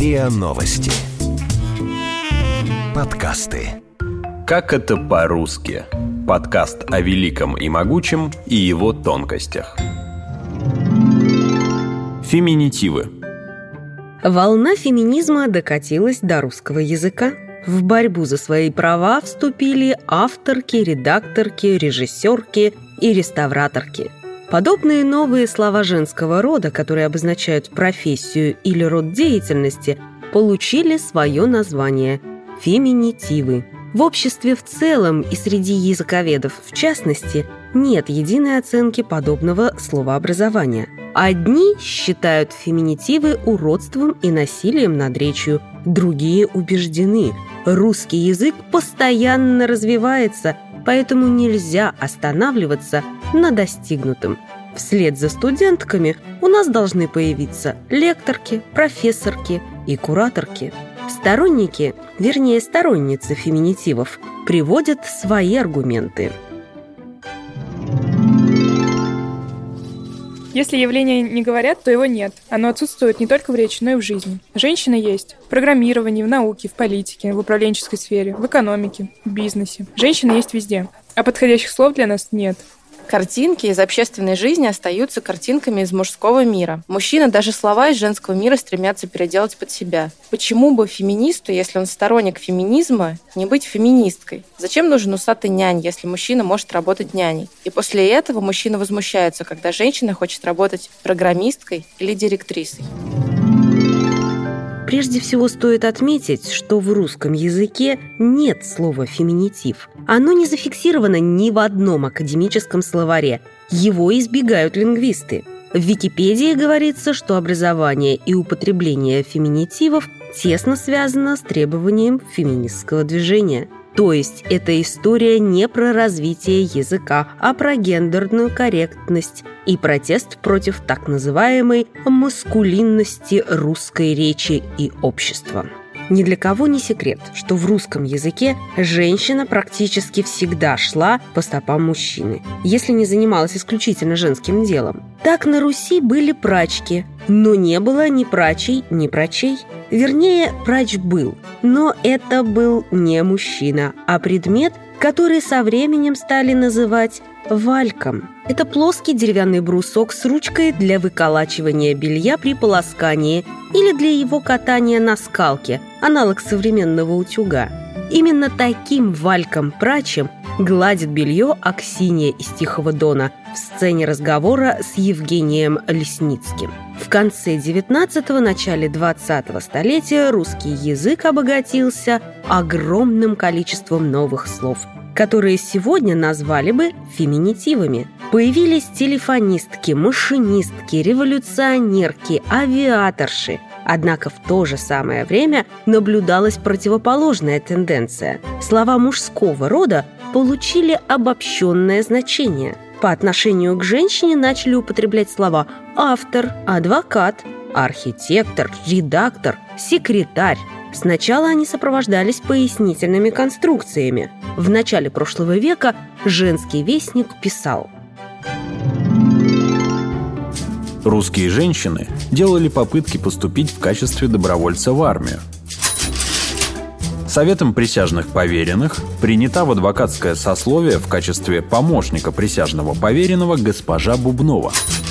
РИА Новости. Подкасты. Как это по-русски? Подкаст о великом и могучем и его тонкостях. Феминитивы. Волна феминизма докатилась до русского языка. В борьбу за свои права вступили авторки, редакторки, режиссерки и реставраторки. Подобные новые слова женского рода, которые обозначают профессию или род деятельности, получили свое название – феминитивы. В обществе в целом и среди языковедов в частности нет единой оценки подобного словообразования. Одни считают феминитивы уродством и насилием над речью, другие убеждены – русский язык постоянно развивается, поэтому нельзя останавливаться на достигнутом. Вслед за студентками у нас должны появиться лекторки, профессорки и кураторки. Сторонники, вернее сторонницы феминитивов, приводят свои аргументы. Если явление не говорят, то его нет. Оно отсутствует не только в речи, но и в жизни. Женщина есть в программировании, в науке, в политике, в управленческой сфере, в экономике, в бизнесе. Женщина есть везде. А подходящих слов для нас нет. Картинки из общественной жизни остаются картинками из мужского мира. Мужчины даже слова из женского мира стремятся переделать под себя. Почему бы феминисту, если он сторонник феминизма, не быть феминисткой? Зачем нужен усатый нянь, если мужчина может работать няней? И после этого мужчина возмущается, когда женщина хочет работать программисткой или директрисой. Прежде всего стоит отметить, что в русском языке нет слова «феминитив». Оно не зафиксировано ни в одном академическом словаре. Его избегают лингвисты. В Википедии говорится, что образование и употребление феминитивов тесно связано с требованием феминистского движения. То есть эта история не про развитие языка, а про гендерную корректность и протест против так называемой маскулинности русской речи и общества. Ни для кого не секрет, что в русском языке женщина практически всегда шла по стопам мужчины, если не занималась исключительно женским делом. Так на Руси были прачки, но не было ни прачей, ни прачей. Вернее, прач был, но это был не мужчина, а предмет, который со временем стали называть вальком. Это плоский деревянный брусок с ручкой для выколачивания белья при полоскании или для его катания на скалке, аналог современного утюга. Именно таким вальком-прачем гладит белье Аксинья из «Тихого Дона» в сцене разговора с Евгением Лесницким. В конце XIX – начале XX столетия русский язык обогатился огромным количеством новых слов, которые сегодня назвали бы феминитивами. Появились телефонистки, машинистки, революционерки, авиаторши. Однако в то же самое время наблюдалась противоположная тенденция. Слова мужского рода получили обобщенное значение. По отношению к женщине начали употреблять слова «автор», «адвокат», «архитектор», «редактор», «секретарь». Сначала они сопровождались пояснительными конструкциями. В начале прошлого века женский вестник писал: Русские женщины делали попытки поступить в качестве добровольца в армию. Советом присяжных поверенных принята в адвокатское сословие в качестве помощника присяжного поверенного госпожа Бубнова.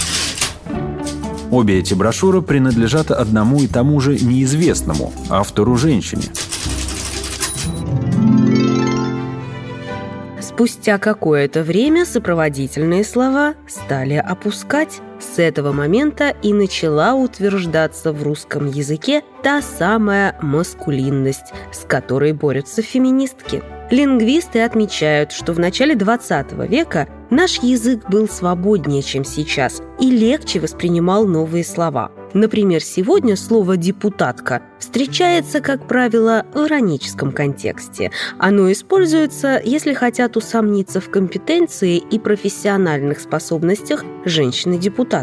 Обе эти брошюры принадлежат одному и тому же неизвестному автору-женщине. Спустя какое-то время сопроводительные слова стали опускать. С этого момента и начала утверждаться в русском языке та самая маскулинность, с которой борются феминистки. Лингвисты отмечают, что в начале XX века наш язык был свободнее, чем сейчас, и легче воспринимал новые слова. Например, сегодня слово «депутатка» встречается, как правило, в ироническом контексте. Оно используется, если хотят усомниться в компетенции и профессиональных способностях женщины-депутата.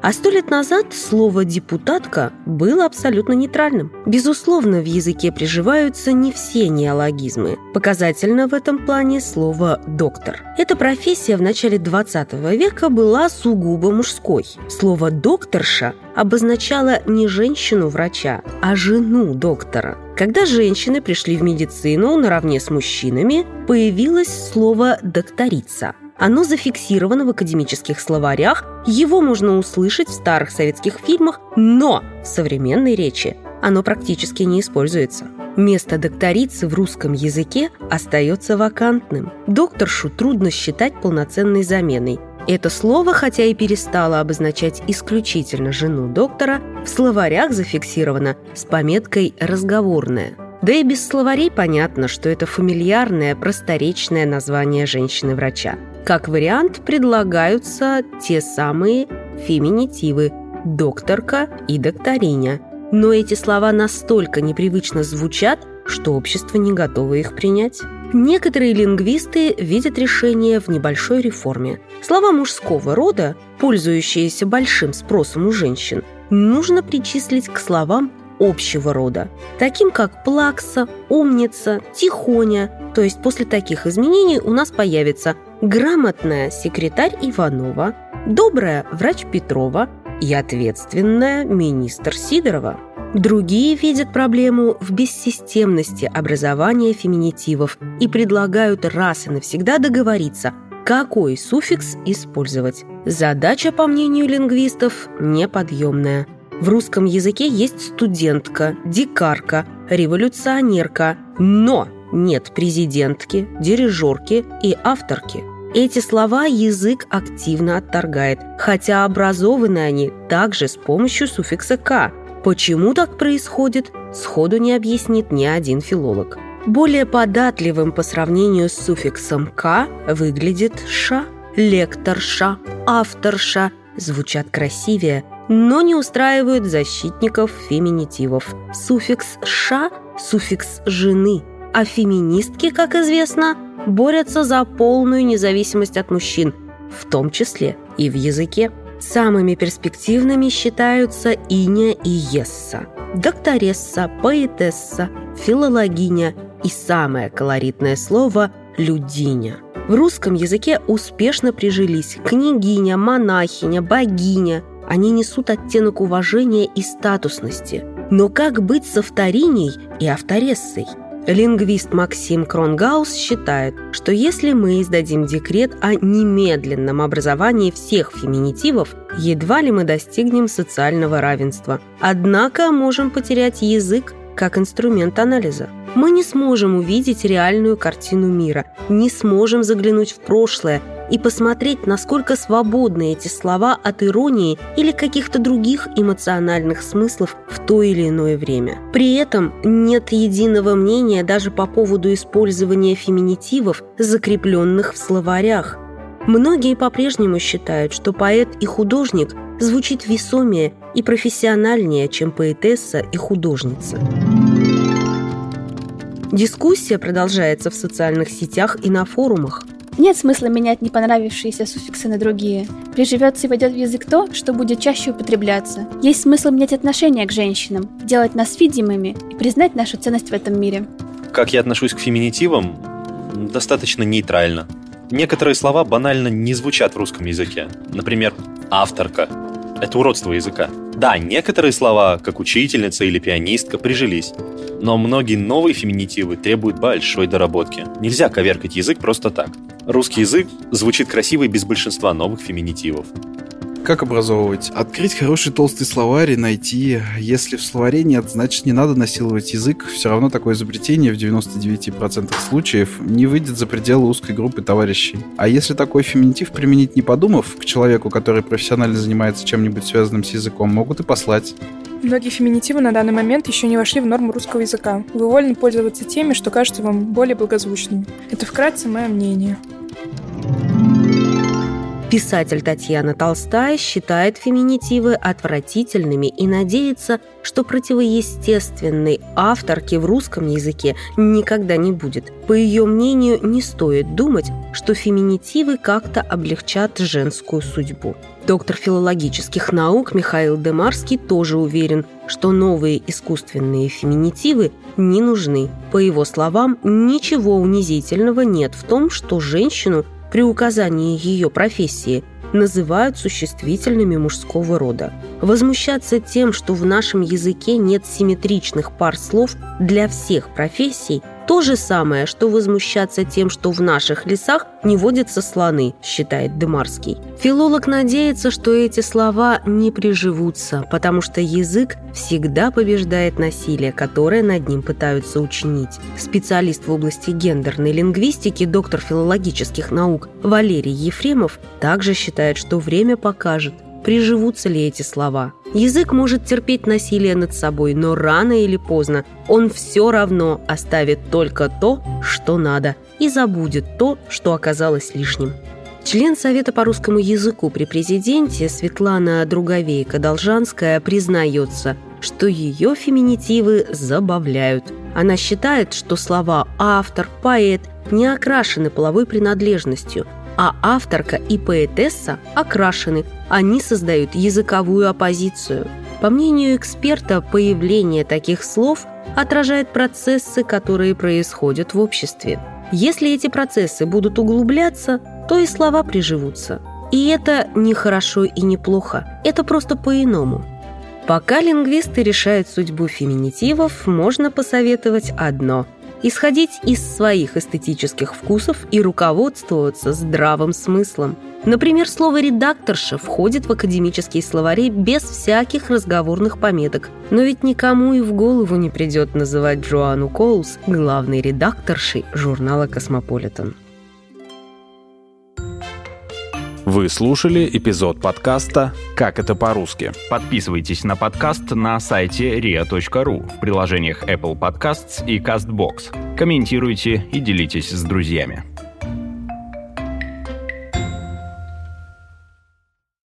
А 100 лет назад слово «депутатка» было абсолютно нейтральным. Безусловно, в языке приживаются не все неологизмы. Показательно в этом плане слово «доктор». Эта профессия в начале 20 века была сугубо мужской. Слово «докторша» обозначало не женщину-врача, а жену доктора. Когда женщины пришли в медицину наравне с мужчинами, появилось слово «докторица». Оно зафиксировано в академических словарях, его можно услышать в старых советских фильмах, но в современной речи оно практически не используется. Место докторицы в русском языке остается вакантным. Докторшу трудно считать полноценной заменой. Это слово, хотя и перестало обозначать исключительно жену доктора, в словарях зафиксировано с пометкой «разговорная». Да и без словарей понятно, что это фамильярное, просторечное название женщины-врача. Как вариант предлагаются те самые феминитивы «докторка» и «докториня». Но эти слова настолько непривычно звучат, что общество не готово их принять. Некоторые лингвисты видят решение в небольшой реформе. Слова мужского рода, пользующиеся большим спросом у женщин, нужно причислить к словам общего рода, таким как плакса, умница, тихоня. То есть после таких изменений у нас появится грамотная секретарь Иванова, добрая врач Петрова и ответственная министр Сидорова. Другие видят проблему в бессистемности образования феминитивов и предлагают раз и навсегда договориться, какой суффикс использовать. Задача, по мнению лингвистов, неподъемная. В русском языке есть студентка, дикарка, революционерка, но нет президентки, дирижерки и авторки. Эти слова язык активно отторгает, хотя образованы они также с помощью суффикса «к». Почему так происходит, сходу не объяснит ни один филолог. Более податливым по сравнению с суффиксом «к» выглядит «ша», лекторша, авторша. Звучат красивее, но не устраивают защитников феминитивов. Суффикс «ша» – суффикс «жены», а феминистки, как известно, борются за полную независимость от мужчин, в том числе и в языке. Самыми перспективными считаются Иня и Есса, докторесса, поэтесса, филологиня и самое колоритное слово «людиня». В русском языке успешно прижились княгиня, монахиня, богиня. Они несут оттенок уважения и статусности. Но как быть с авториней и авторессой? Лингвист Максим Кронгаус считает, что если мы издадим декрет о немедленном образовании всех феминитивов, едва ли мы достигнем социального равенства. Однако можем потерять язык как инструмент анализа. Мы не сможем увидеть реальную картину мира, не сможем заглянуть в прошлое и посмотреть, насколько свободны эти слова от иронии или каких-то других эмоциональных смыслов в то или иное время. При этом нет единого мнения даже по поводу использования феминитивов, закрепленных в словарях. Многие по-прежнему считают, что поэт и художник звучит весомее и профессиональнее, чем поэтесса и художница. Дискуссия продолжается в социальных сетях и на форумах. Нет смысла менять не понравившиеся суффиксы на другие. Приживется и войдет в язык то, что будет чаще употребляться. Есть смысл менять отношение к женщинам, делать нас видимыми и признать нашу ценность в этом мире. Как я отношусь к феминитивам? Достаточно нейтрально. Некоторые слова банально не звучат в русском языке. Например, «авторка». Это уродство языка. Да, некоторые слова, как учительница или пианистка, прижились. Но многие новые феминитивы требуют большой доработки. Нельзя коверкать язык просто так. Русский язык звучит красиво и без большинства новых феминитивов. Как образовывать? Открыть хороший толстый словарь и найти. Если в словаре нет, значит не надо насиловать язык. Все равно такое изобретение в 99% случаев не выйдет за пределы узкой группы товарищей. А если такой феминитив применить не подумав, к человеку, который профессионально занимается чем-нибудь связанным с языком, могут и послать. Многие феминитивы на данный момент еще не вошли в норму русского языка. Вы вольны пользоваться теми, что кажутся вам более благозвучными. Это вкратце мое мнение. Писатель Татьяна Толстая считает феминитивы отвратительными и надеется, что противоестественной авторки в русском языке никогда не будет. По ее мнению, не стоит думать, что феминитивы как-то облегчат женскую судьбу. Доктор филологических наук Михаил Демарский тоже уверен, что новые искусственные феминитивы не нужны. По его словам, ничего унизительного нет в том, что женщину при указании ее профессии называют существительными мужского рода. Возмущаться тем, что в нашем языке нет симметричных пар слов для всех профессий, то же самое, что возмущаться тем, что в наших лесах не водятся слоны, считает Демарский. Филолог надеется, что эти слова не приживутся, потому что язык всегда побеждает насилие, которое над ним пытаются учинить. Специалист в области гендерной лингвистики, доктор филологических наук Валерий Ефремов также считает, что время покажет, приживутся ли эти слова. Язык может терпеть насилие над собой, но рано или поздно он все равно оставит только то, что надо, и забудет то, что оказалось лишним. Член Совета по русскому языку при президенте Светлана Друговейка-Должанская признается, что ее феминитивы забавляют. Она считает, что слова «автор», «поэт» не окрашены половой принадлежностью, а авторка и поэтесса окрашены, они создают языковую оппозицию. По мнению эксперта, появление таких слов отражает процессы, которые происходят в обществе. Если эти процессы будут углубляться, то и слова приживутся. И это не хорошо и не плохо, это просто по-иному. Пока лингвисты решают судьбу феминитивов, можно посоветовать одно – исходить из своих эстетических вкусов и руководствоваться здравым смыслом. Например, слово «редакторша» входит в академические словари без всяких разговорных пометок. Но ведь никому и в голову не придет называть Джоанну Коулс главной редакторшей журнала «Космополитен». Вы слушали эпизод подкаста «Как это по-русски». Подписывайтесь на подкаст на сайте ria.ru, в приложениях Apple Podcasts и CastBox. Комментируйте и делитесь с друзьями.